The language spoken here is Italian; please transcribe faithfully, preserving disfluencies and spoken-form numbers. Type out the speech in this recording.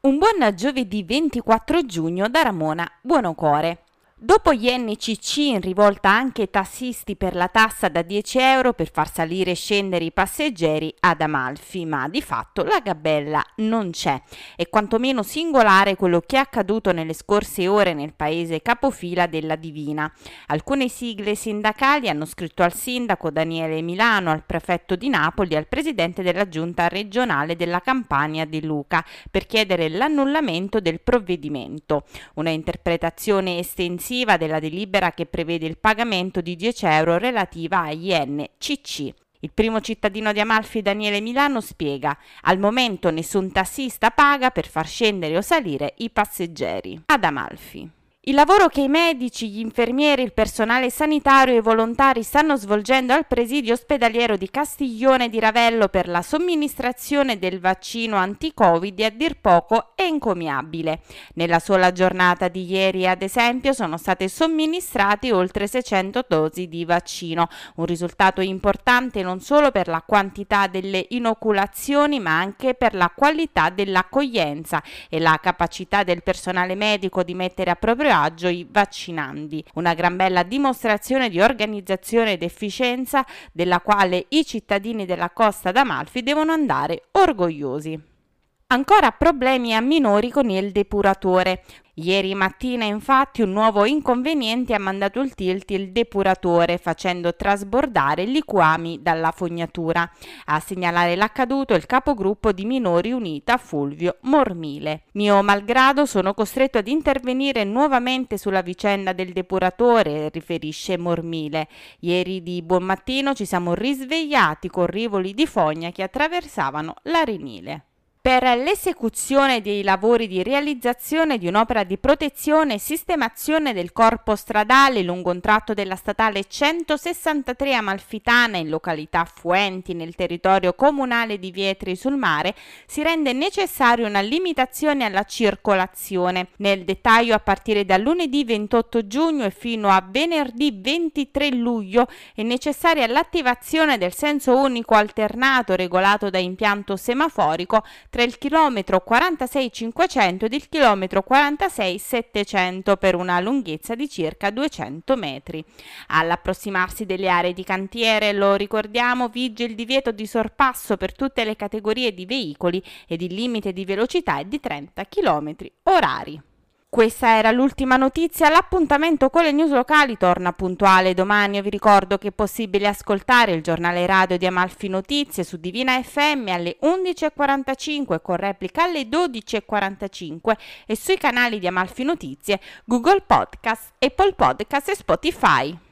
Un buon giovedì ventiquattro giugno da Ramona Buonocore. Dopo gli N C C in rivolta anche ai tassisti per la tassa da dieci euro per far salire e scendere i passeggeri ad Amalfi, ma di fatto la gabella non c'è. È quantomeno singolare quello che è accaduto nelle scorse ore nel paese capofila della Divina. Alcune sigle sindacali hanno scritto al sindaco Daniele Milano, al prefetto di Napoli e al presidente della giunta regionale della Campania De Luca per chiedere l'annullamento del provvedimento. Una interpretazione estensiva della delibera che prevede il pagamento di dieci euro relativa agli N C C. Il primo cittadino di Amalfi, Daniele Milano, spiega: al momento nessun tassista paga per far scendere o salire i passeggeri ad Amalfi. Il lavoro che i medici, gli infermieri, il personale sanitario e i volontari stanno svolgendo al presidio ospedaliero di Castiglione di Ravello per la somministrazione del vaccino anti-Covid è a dir poco encomiabile. Nella sola giornata di ieri, ad esempio, sono state somministrate oltre seicento dosi di vaccino, un risultato importante non solo per la quantità delle inoculazioni ma anche per la qualità dell'accoglienza e la capacità del personale medico di mettere a proprio agio i vaccinandi, una gran bella dimostrazione di organizzazione ed efficienza della quale i cittadini della Costa d'Amalfi devono andare orgogliosi. Ancora problemi a minori con il depuratore. Ieri mattina infatti un nuovo inconveniente ha mandato il tilt il depuratore facendo trasbordare liquami dalla fognatura. A segnalare l'accaduto il capogruppo di Minori Unita Fulvio Mormile. Mio malgrado sono costretto ad intervenire nuovamente sulla vicenda del depuratore, riferisce Mormile. Ieri di buon mattino ci siamo risvegliati con rivoli di fogna che attraversavano l'Arenile. Per l'esecuzione dei lavori di realizzazione di un'opera di protezione e sistemazione del corpo stradale lungo un tratto della statale centosessantatré Amalfitana in località Fuenti nel territorio comunale di Vietri sul Mare si rende necessaria una limitazione alla circolazione. Nel dettaglio, a partire da lunedì ventotto giugno e fino a venerdì ventitré luglio è necessaria l'attivazione del senso unico alternato regolato da impianto semaforico tra il chilometro quarantasei cinquecento ed il chilometro quarantasei settecento per una lunghezza di circa duecento metri. All'approssimarsi delle aree di cantiere, lo ricordiamo, vige il divieto di sorpasso per tutte le categorie di veicoli ed il limite di velocità è di trenta chilometri orari. Questa era l'ultima notizia, l'appuntamento con le news locali torna puntuale domani. Io vi ricordo che è possibile ascoltare il giornale radio di Amalfi Notizie su Divina F M alle undici e quarantacinque con replica alle dodici e quarantacinque e sui canali di Amalfi Notizie, Google Podcast, Apple Podcast e Spotify.